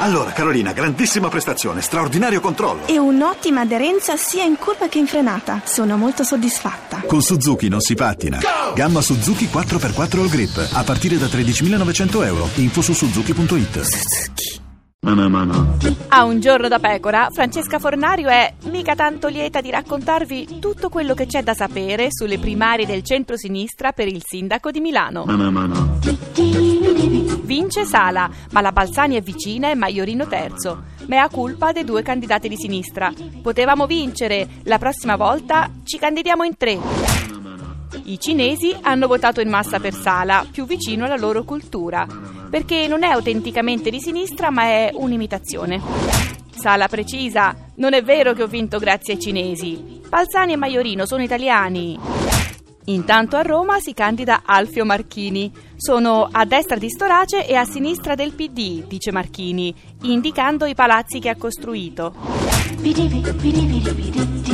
Allora, Carolina, grandissima prestazione, straordinario controllo. E un'ottima aderenza sia in curva che in frenata. Sono molto soddisfatta. Con Suzuki non si pattina. Gamma Suzuki 4x4 All Grip a partire da 13.900 euro. Info su suzuki.it. Suzuki. A un giorno da pecora, Francesca Fornario è mica tanto lieta di raccontarvi tutto quello che c'è da sapere sulle primarie del centro-sinistra per il sindaco di Milano. Vince Sala, ma la Balzani è vicina e Maiorino terzo. Mea culpa dei due candidati di sinistra. Potevamo vincere, la prossima volta ci candidiamo in 3. I cinesi hanno votato in massa per Sala, più vicino alla loro cultura, perché non è autenticamente di sinistra ma è un'imitazione. Sala precisa: non è vero che ho vinto grazie ai cinesi. Balzani e Maiorino sono italiani. Intanto a Roma si candida Alfio Marchini. Sono a destra di Storace e a sinistra del PD, dice Marchini, indicando i palazzi che ha costruito.